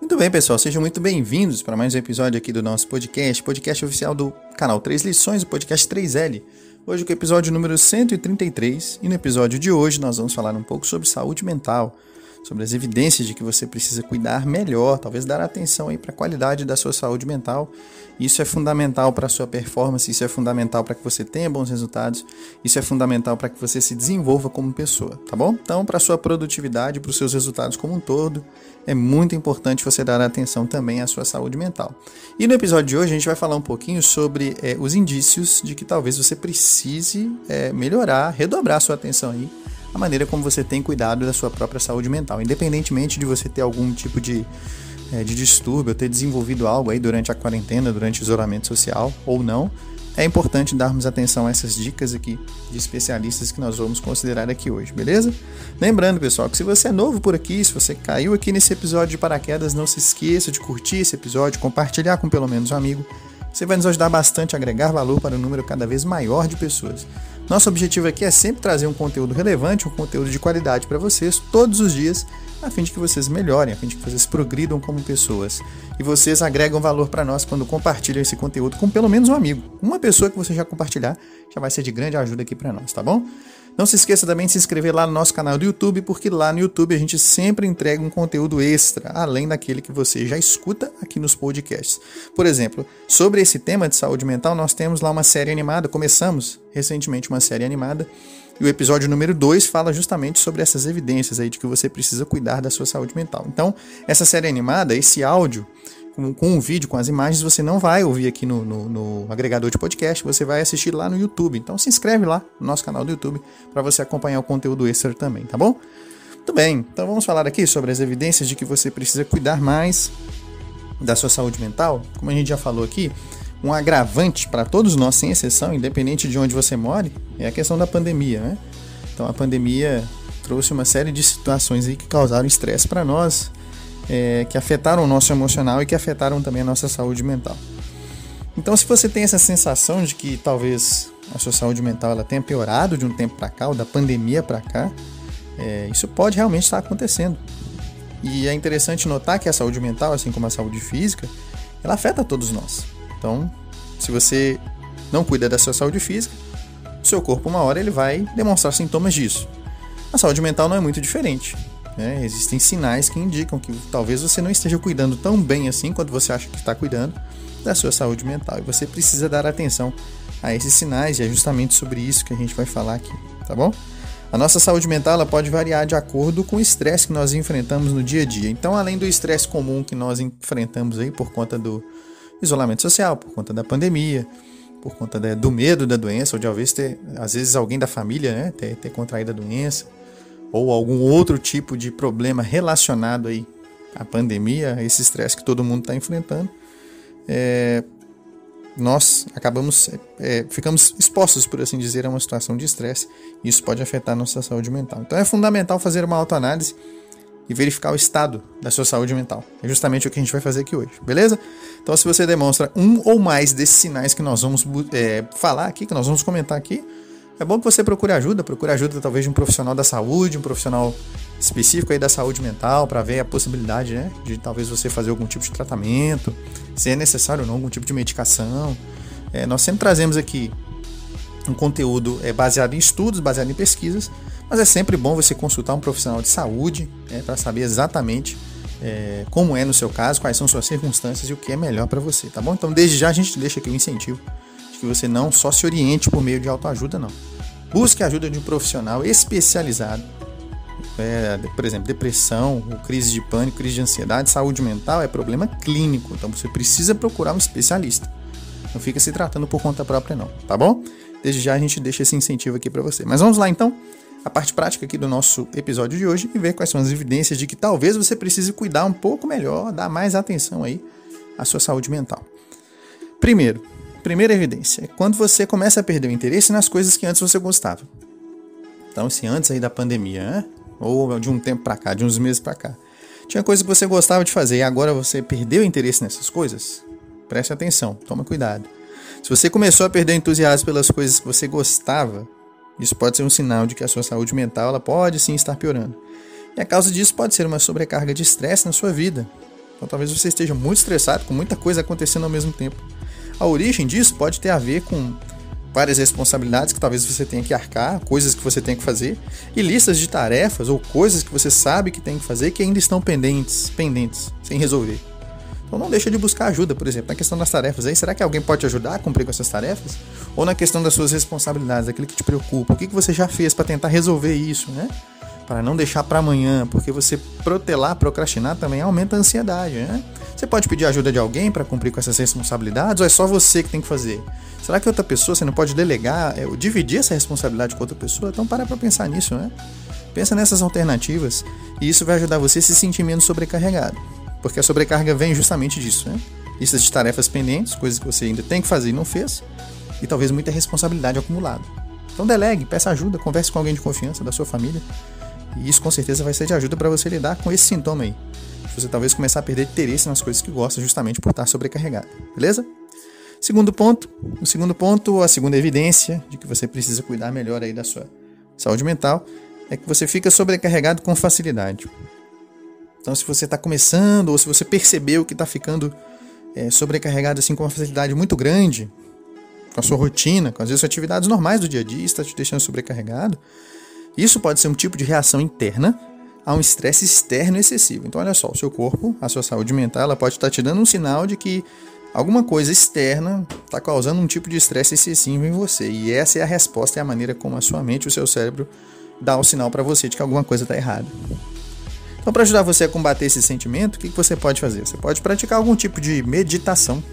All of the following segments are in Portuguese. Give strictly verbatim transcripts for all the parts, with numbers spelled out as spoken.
Muito bem, pessoal, sejam muito bem-vindos para mais um episódio aqui do nosso podcast, podcast oficial do canal Três Lições, o podcast três L. Hoje com o episódio número cento e trinta e três, e no episódio de hoje nós vamos falar um pouco sobre saúde mental, sobre as evidências de que você precisa cuidar melhor, talvez dar atenção aí para a qualidade da sua saúde mental. Isso é fundamental para a sua performance, isso é fundamental para que você tenha bons resultados, isso é fundamental para que você se desenvolva como pessoa, tá bom? Então, para a sua produtividade, para os seus resultados como um todo, é muito importante você dar atenção também à sua saúde mental. E no episódio de hoje a gente vai falar um pouquinho sobre é, os indícios de que talvez você precise é, melhorar, redobrar a sua atenção aí, a maneira como você tem cuidado da sua própria saúde mental, independentemente de você ter algum tipo de, é, de distúrbio, ter desenvolvido algo aí durante a quarentena, durante o isolamento social ou não, é importante darmos atenção a essas dicas aqui de especialistas que nós vamos considerar aqui hoje, beleza? Lembrando, pessoal, que se você é novo por aqui, se você caiu aqui nesse episódio de paraquedas, não se esqueça de curtir esse episódio, compartilhar com pelo menos um amigo. Você vai nos ajudar bastante a agregar valor para um número cada vez maior de pessoas. Nosso objetivo aqui é sempre trazer um conteúdo relevante, um conteúdo de qualidade para vocês todos os dias, a fim de que vocês melhorem, a fim de que vocês progridam como pessoas. E vocês agregam valor para nós quando compartilham esse conteúdo com pelo menos um amigo. Uma pessoa que você já compartilhar já vai ser de grande ajuda aqui para nós, tá bom? Não se esqueça também de se inscrever lá no nosso canal do YouTube, porque lá no YouTube a gente sempre entrega um conteúdo extra, além daquele que você já escuta aqui nos podcasts. Por exemplo, sobre esse tema de saúde mental, nós temos lá uma série animada, começamos recentemente uma série animada, e o episódio número dois fala justamente sobre essas evidências aí de que você precisa cuidar da sua saúde mental. Então, essa série animada, esse áudio, com, com um vídeo, com as imagens, você não vai ouvir aqui no, no, no agregador de podcast, você vai assistir lá no YouTube. Então se inscreve lá no nosso canal do YouTube para você acompanhar o conteúdo extra também, tá bom? Muito bem, então vamos falar aqui sobre as evidências de que você precisa cuidar mais da sua saúde mental. Como a gente já falou aqui, um agravante para todos nós, sem exceção, independente de onde você more, é a questão da pandemia, né? Então a pandemia trouxe uma série de situações aí que causaram estresse para nós, É, que afetaram o nosso emocional e que afetaram também a nossa saúde mental. Então, se você tem essa sensação de que talvez a sua saúde mental ela tenha piorado de um tempo para cá, ou da pandemia para cá, é, isso pode realmente estar acontecendo. E é interessante notar que a saúde mental, assim como a saúde física, ela afeta todos nós. Então, se você não cuida da sua saúde física, o seu corpo, uma hora, ele vai demonstrar sintomas disso. A saúde mental não é muito diferente. É, existem sinais que indicam que talvez você não esteja cuidando tão bem assim quanto você acha que está cuidando da sua saúde mental. E você precisa dar atenção a esses sinais, e é justamente sobre isso que a gente vai falar aqui, tá bom? A nossa saúde mental ela pode variar de acordo com o estresse que nós enfrentamos no dia a dia. Então, além do estresse comum que nós enfrentamos aí por conta do isolamento social, por conta da pandemia, por conta da, do medo da doença, ou de talvez ter, às vezes alguém da família, né, ter, ter contraído a doença, ou algum outro tipo de problema relacionado aí à pandemia, a esse estresse que todo mundo está enfrentando, é, nós acabamos, é, ficamos expostos, por assim dizer, a uma situação de estresse, e isso pode afetar a nossa saúde mental. Então é fundamental fazer uma autoanálise e verificar o estado da sua saúde mental. É justamente o que a gente vai fazer aqui hoje, beleza? Então, se você demonstra um ou mais desses sinais que nós vamos é, falar aqui, que nós vamos comentar aqui, é bom que você procure ajuda, procure ajuda talvez de um profissional da saúde, um profissional específico aí da saúde mental, para ver a possibilidade, né, de talvez você fazer algum tipo de tratamento, se é necessário ou não, algum tipo de medicação. É, nós sempre trazemos aqui um conteúdo é, baseado em estudos, baseado em pesquisas, mas é sempre bom você consultar um profissional de saúde, né, para saber exatamente é, como é no seu caso, quais são suas circunstâncias e o que é melhor para você, tá bom? Então, desde já a gente deixa aqui o incentivo que você não só se oriente por meio de autoajuda, não. Busque a ajuda de um profissional especializado. É, por exemplo, depressão, crise de pânico, crise de ansiedade, saúde mental é problema clínico. Então você precisa procurar um especialista. Não fica se tratando por conta própria, não. Tá bom? Desde já a gente deixa esse incentivo aqui para você. Mas vamos lá então, a parte prática aqui do nosso episódio de hoje, e ver quais são as evidências de que talvez você precise cuidar um pouco melhor, dar mais atenção aí à sua saúde mental. Primeiro, Primeira evidência é quando você começa a perder o interesse nas coisas que antes você gostava. Então, se antes aí da pandemia, né? Ou de um tempo pra cá, de uns meses pra cá, tinha coisa que você gostava de fazer e agora você perdeu o interesse nessas coisas, preste atenção, toma cuidado. Se você começou a perder o entusiasmo pelas coisas que você gostava, isso pode ser um sinal de que a sua saúde mental ela pode sim estar piorando. E a causa disso pode ser uma sobrecarga de estresse na sua vida. Então talvez você esteja muito estressado, com muita coisa acontecendo ao mesmo tempo. A origem disso pode ter a ver com várias responsabilidades que talvez você tenha que arcar, coisas que você tem que fazer, e listas de tarefas ou coisas que você sabe que tem que fazer que ainda estão pendentes, pendentes, sem resolver. Então não deixa de buscar ajuda, por exemplo, na questão das tarefas. Aí, será que alguém pode te ajudar a cumprir com essas tarefas? Ou na questão das suas responsabilidades, aquilo que te preocupa, o que você já fez para tentar resolver isso, né? Para não deixar para amanhã, porque você protelar, procrastinar também aumenta a ansiedade, né? Você pode pedir ajuda de alguém para cumprir com essas responsabilidades, ou é só você que tem que fazer? Será que outra pessoa, você não pode delegar, é, dividir essa responsabilidade com outra pessoa? Então para para pensar nisso, né? Pensa nessas alternativas e isso vai ajudar você a se sentir menos sobrecarregado. Porque a sobrecarga vem justamente disso, né? Listas de tarefas pendentes, coisas que você ainda tem que fazer e não fez, e talvez muita responsabilidade acumulada. Então delegue, peça ajuda, converse com alguém de confiança da sua família, e isso com certeza vai ser de ajuda para você lidar com esse sintoma aí. Você talvez começar a perder interesse nas coisas que gosta justamente por estar sobrecarregado, beleza? Segundo ponto, o segundo ponto, a segunda evidência de que você precisa cuidar melhor aí da sua saúde mental, é que você fica sobrecarregado com facilidade. Então, se você está começando ou se você percebeu que está ficando é, sobrecarregado assim, com uma facilidade muito grande, com a sua rotina, com as suas atividades normais do dia a dia, está te deixando sobrecarregado, isso pode ser um tipo de reação interna a um estresse externo excessivo. Então, olha só, o seu corpo, a sua saúde mental, ela pode estar te dando um sinal de que alguma coisa externa está causando um tipo de estresse excessivo em você. E essa é a resposta, é a maneira como a sua mente e o seu cérebro dá o sinal para você de que alguma coisa está errada. Então, para ajudar você a combater esse sentimento, o que você pode fazer? Você pode praticar algum tipo de meditação.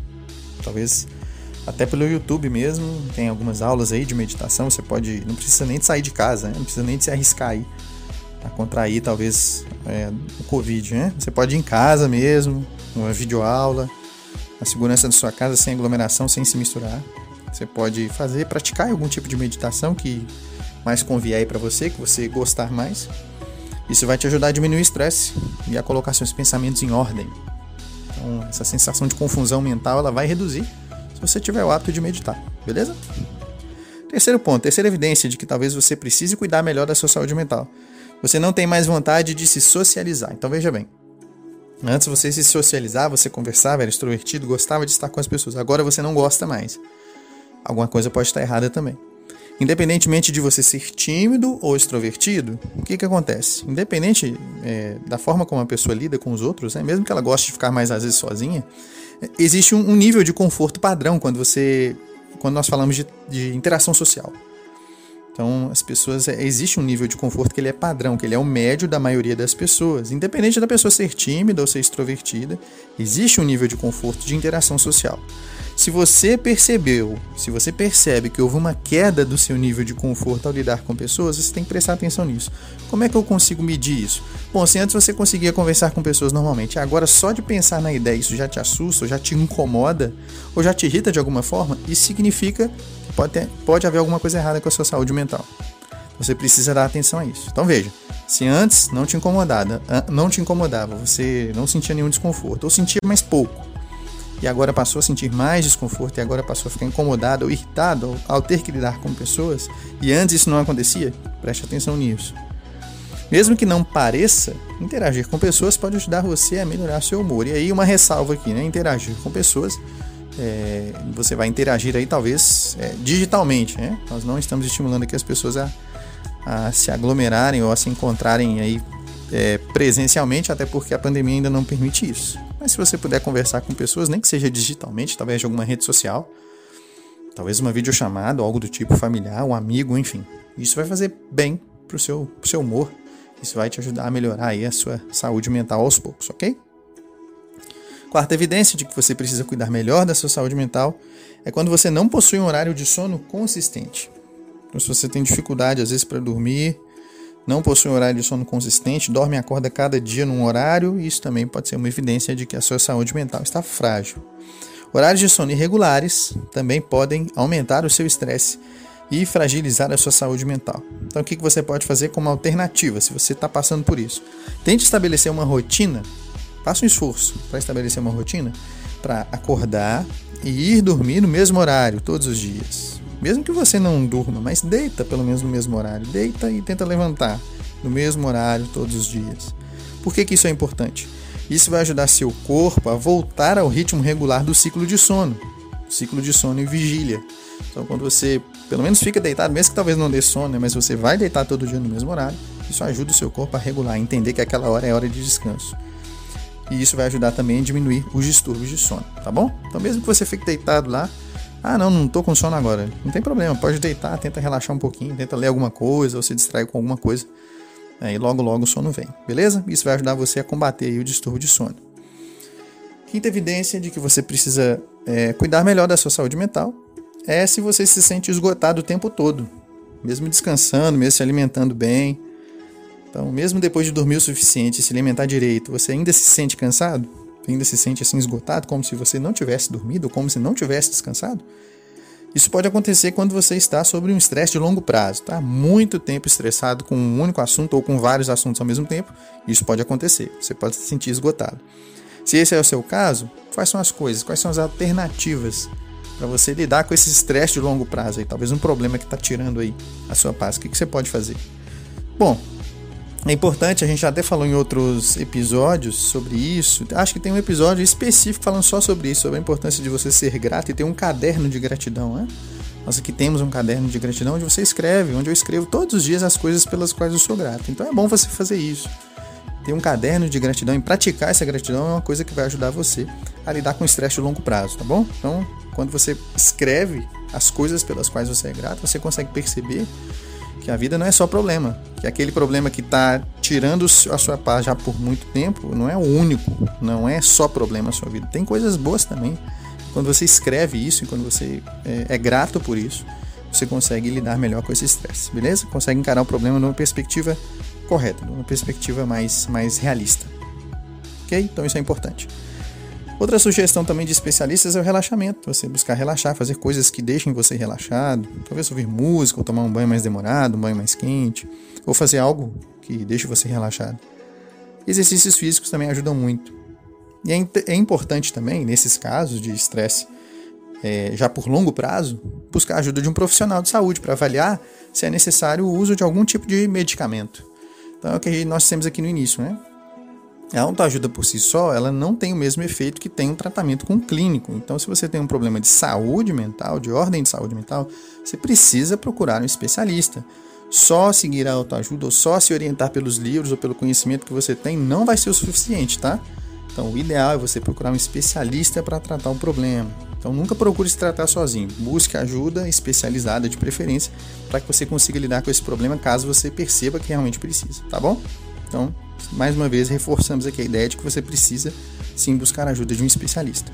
Talvez até pelo YouTube mesmo, tem algumas aulas aí de meditação. Você pode, não precisa nem de sair de casa, né? Não precisa nem de se arriscar aí a contrair talvez é, o Covid, né? Você pode ir em casa mesmo, uma videoaula, na segurança da sua casa, sem aglomeração, sem se misturar. Você pode fazer, praticar algum tipo de meditação que mais convier aí para você, que você gostar mais. Isso vai te ajudar a diminuir o estresse e a colocar seus pensamentos em ordem. Então, essa sensação de confusão mental, ela vai reduzir se você tiver o hábito de meditar, beleza? Terceiro ponto, terceira evidência de que talvez você precise cuidar melhor da sua saúde mental. Você não tem mais vontade de se socializar. Então, veja bem. Antes você se socializava, você conversava, era extrovertido, gostava de estar com as pessoas. Agora você não gosta mais. Alguma coisa pode estar errada também. Independentemente de você ser tímido ou extrovertido, o que que acontece? Independente é, da forma como a pessoa lida com os outros, né, mesmo que ela goste de ficar mais às vezes sozinha, existe um, um nível de conforto padrão quando você, quando nós falamos de, de interação social. Então, as pessoas, existe um nível de conforto que ele é padrão, que ele é o médio da maioria das pessoas. Independente da pessoa ser tímida ou ser extrovertida, existe um nível de conforto de interação social. Se você percebeu, se você percebe que houve uma queda do seu nível de conforto ao lidar com pessoas, você tem que prestar atenção nisso. Como é que eu consigo medir isso? Bom, se antes você conseguia conversar com pessoas normalmente, agora só de pensar na ideia isso já te assusta, ou já te incomoda, ou já te irrita de alguma forma, isso significa que pode, ter, pode haver alguma coisa errada com a sua saúde mental. Você precisa dar atenção a isso. Então veja, se antes não te incomodava, não te incomodava, você não sentia nenhum desconforto, ou sentia mais pouco, e agora passou a sentir mais desconforto, e agora passou a ficar incomodado ou irritado ao ter que lidar com pessoas, e antes isso não acontecia, preste atenção nisso. Mesmo que não pareça, interagir com pessoas pode ajudar você a melhorar seu humor. E aí uma ressalva aqui, né? Interagir com pessoas, é, você vai interagir aí talvez é, digitalmente, né? Nós não estamos estimulando aqui as pessoas a, a se aglomerarem ou a se encontrarem aí é, presencialmente, até porque a pandemia ainda não permite isso. Mas se você puder conversar com pessoas, nem que seja digitalmente, talvez de alguma rede social, talvez uma videochamada ou algo do tipo familiar, um amigo, enfim. Isso vai fazer bem pro seu, pro seu humor. Isso vai te ajudar a melhorar aí a sua saúde mental aos poucos, ok? Quarta evidência de que você precisa cuidar melhor da sua saúde mental é quando você não possui um horário de sono consistente. Então, se você tem dificuldade, às vezes, para dormir, não possui um horário de sono consistente, dorme e acorda cada dia num horário, isso também pode ser uma evidência de que a sua saúde mental está frágil. Horários de sono irregulares também podem aumentar o seu estresse e fragilizar a sua saúde mental. Então, o que você pode fazer como alternativa, se você está passando por isso? Tente estabelecer uma rotina, faça um esforço para estabelecer uma rotina, para acordar e ir dormir no mesmo horário, todos os dias. Mesmo que você não durma, mas deita pelo menos no mesmo horário. Deita e tenta levantar no mesmo horário todos os dias. Por que que isso é importante? Isso vai ajudar seu corpo a voltar ao ritmo regular do ciclo de sono, ciclo de sono e vigília. Então, quando você, pelo menos fica deitado, mesmo que talvez não dê sono, né, mas você vai deitar todo dia no mesmo horário, isso ajuda o seu corpo a regular, a entender que aquela hora é hora de descanso. E isso vai ajudar também a diminuir os distúrbios de sono, tá bom? Então, mesmo que você fique deitado lá, ah, não, não tô com sono agora, não tem problema, pode deitar, tenta relaxar um pouquinho, tenta ler alguma coisa ou se distrair com alguma coisa. Aí logo logo o sono vem, beleza? Isso vai ajudar você a combater aí o distúrbio de sono. Quinta evidência de que você precisa é, cuidar melhor da sua saúde mental é se você se sente esgotado o tempo todo, mesmo descansando, mesmo se alimentando bem. Então, mesmo depois de dormir o suficiente e se alimentar direito, você ainda se sente cansado? Ainda se sente assim esgotado, como se você não tivesse dormido, ou como se não tivesse descansado? Isso pode acontecer quando você está sob um estresse de longo prazo, tá? Muito tempo estressado com um único assunto ou com vários assuntos ao mesmo tempo, isso pode acontecer, você pode se sentir esgotado. Se esse é o seu caso, quais são as coisas, quais são as alternativas para você lidar com esse estresse de longo prazo aí, talvez um problema que está tirando aí a sua paz, o que, que você pode fazer? Bom, é importante, a gente já até falou em outros episódios sobre isso, acho que tem um episódio específico falando só sobre isso, sobre a importância de você ser grato e ter um caderno de gratidão, né? Nós aqui temos um caderno de gratidão onde você escreve, onde eu escrevo todos os dias as coisas pelas quais eu sou grato, então é bom você fazer isso. Ter um caderno de gratidão e praticar essa gratidão é uma coisa que vai ajudar você a lidar com o estresse de longo prazo, tá bom? Então, quando você escreve as coisas pelas quais você é grato, você consegue perceber que a vida não é só problema, que aquele problema que está tirando a sua paz já por muito tempo não é o único, não é só problema na sua vida, tem coisas boas também. Quando você escreve isso e quando você é, é grato por isso, você consegue lidar melhor com esse estresse, beleza? Consegue encarar o problema numa perspectiva correta, numa perspectiva mais, mais realista, ok? Então isso é importante. Outra sugestão também de especialistas é o relaxamento, você buscar relaxar, fazer coisas que deixem você relaxado, talvez ouvir música, ou tomar um banho mais demorado, um banho mais quente, ou fazer algo que deixe você relaxado. Exercícios físicos também ajudam muito. E é, é importante também, nesses casos de estresse, é, já por longo prazo, buscar a ajuda de um profissional de saúde para avaliar se é necessário o uso de algum tipo de medicamento. Então é o que nós temos aqui no início, né? A autoajuda por si só, ela não tem o mesmo efeito que tem um tratamento com um clínico. Então, se você tem um problema de saúde mental, de ordem de saúde mental, você precisa procurar um especialista. Só seguir a autoajuda ou só se orientar pelos livros ou pelo conhecimento que você tem não vai ser o suficiente, tá? Então, o ideal é você procurar um especialista para tratar o problema. Então, nunca procure se tratar sozinho. Busque ajuda especializada de preferência para que você consiga lidar com esse problema caso você perceba que realmente precisa, tá bom? Então, mais uma vez, reforçamos aqui a ideia de que você precisa, sim, buscar a ajuda de um especialista.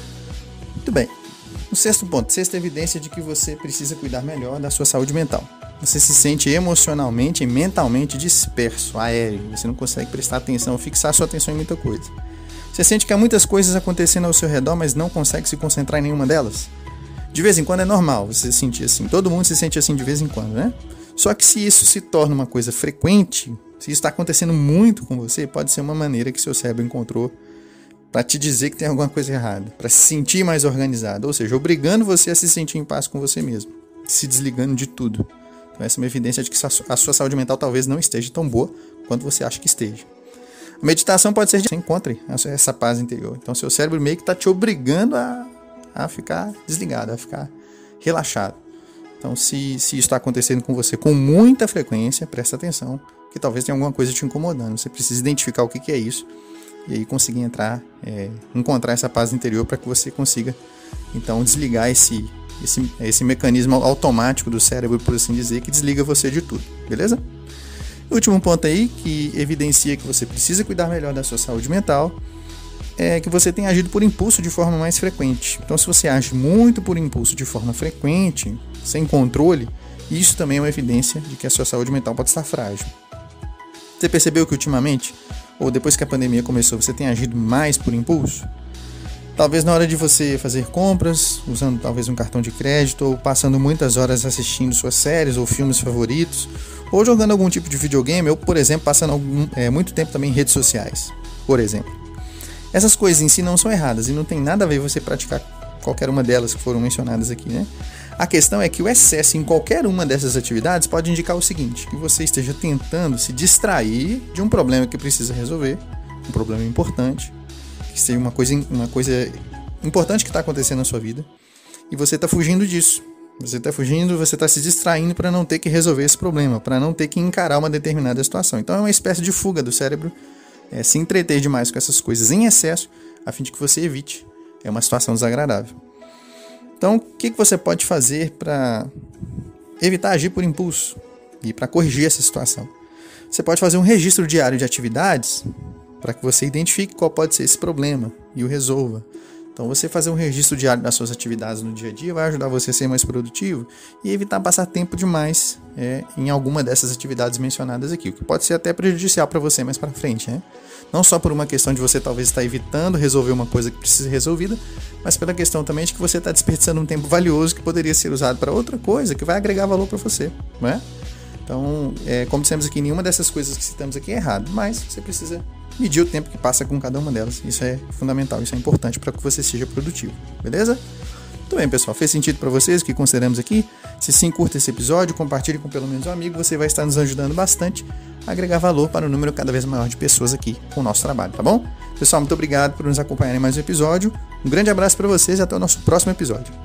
Muito bem. O sexto ponto, sexta evidência de que você precisa cuidar melhor da sua saúde mental. Você se sente emocionalmente e mentalmente disperso, aéreo. Você não consegue prestar atenção, fixar sua atenção em muita coisa. Você sente que há muitas coisas acontecendo ao seu redor, mas não consegue se concentrar em nenhuma delas? De vez em quando é normal você se sentir assim. Todo mundo se sente assim de vez em quando, né? Só que se isso se torna uma coisa frequente, se isso está acontecendo muito com você, pode ser uma maneira que seu cérebro encontrou para te dizer que tem alguma coisa errada, para se sentir mais organizado, ou seja, obrigando você a se sentir em paz com você mesmo, se desligando de tudo. Então essa é uma evidência de que a sua saúde mental talvez não esteja tão boa quanto você acha que esteja. A meditação pode ser de você encontre essa paz interior. Então seu cérebro meio que está te obrigando a, a ficar desligado, a ficar relaxado. Então se, se isso está acontecendo com você com muita frequência, presta atenção, que talvez tenha alguma coisa te incomodando. Você precisa identificar o que, que é isso e aí conseguir entrar, é, encontrar essa paz interior para que você consiga, então, desligar esse, esse, esse mecanismo automático do cérebro, por assim dizer, que desliga você de tudo, beleza? O último ponto aí, que evidencia que você precisa cuidar melhor da sua saúde mental, é que você tem agido por impulso de forma mais frequente. Então, se você age muito por impulso de forma frequente, sem controle, isso também é uma evidência de que a sua saúde mental pode estar frágil. Você percebeu que ultimamente, ou depois que a pandemia começou, você tem agido mais por impulso? Talvez na hora de você fazer compras, usando talvez um cartão de crédito, ou passando muitas horas assistindo suas séries ou filmes favoritos, ou jogando algum tipo de videogame, ou, por exemplo, passando algum, é, muito tempo também em redes sociais, por exemplo. Essas coisas em si não são erradas e não tem nada a ver você praticar qualquer uma delas que foram mencionadas aqui, né? A questão é que o excesso em qualquer uma dessas atividades pode indicar o seguinte, que você esteja tentando se distrair de um problema que precisa resolver, um problema importante, que seja uma coisa, uma coisa importante que está acontecendo na sua vida, e você está fugindo disso. Você está fugindo, você está se distraindo para não ter que resolver esse problema, para não ter que encarar uma determinada situação. Então é uma espécie de fuga do cérebro, é, se entreter demais com essas coisas em excesso, a fim de que você evite é uma situação desagradável. Então, o que, que você pode fazer para evitar agir por impulso e para corrigir essa situação? Você pode fazer um registro diário de atividades para que você identifique qual pode ser esse problema e o resolva. Então, você fazer um registro diário das suas atividades no dia a dia vai ajudar você a ser mais produtivo e evitar passar tempo demais é, em alguma dessas atividades mencionadas aqui, o que pode ser até prejudicial para você mais para frente, né? Não só por uma questão de você talvez estar evitando resolver uma coisa que precisa ser resolvida, mas pela questão também de que você está desperdiçando um tempo valioso que poderia ser usado para outra coisa que vai agregar valor para você, não é? Então, é, como dissemos aqui, nenhuma dessas coisas que citamos aqui é errado, mas você precisa medir o tempo que passa com cada uma delas. Isso é fundamental, isso é importante para que você seja produtivo, beleza? Muito bem, pessoal, fez sentido para vocês o que consideramos aqui? Se sim, curta esse episódio, compartilhe com pelo menos um amigo, você vai estar nos ajudando bastante a agregar valor para um número cada vez maior de pessoas aqui com o nosso trabalho, tá bom? Pessoal, muito obrigado por nos acompanharem em mais um episódio, um grande abraço para vocês e até o nosso próximo episódio.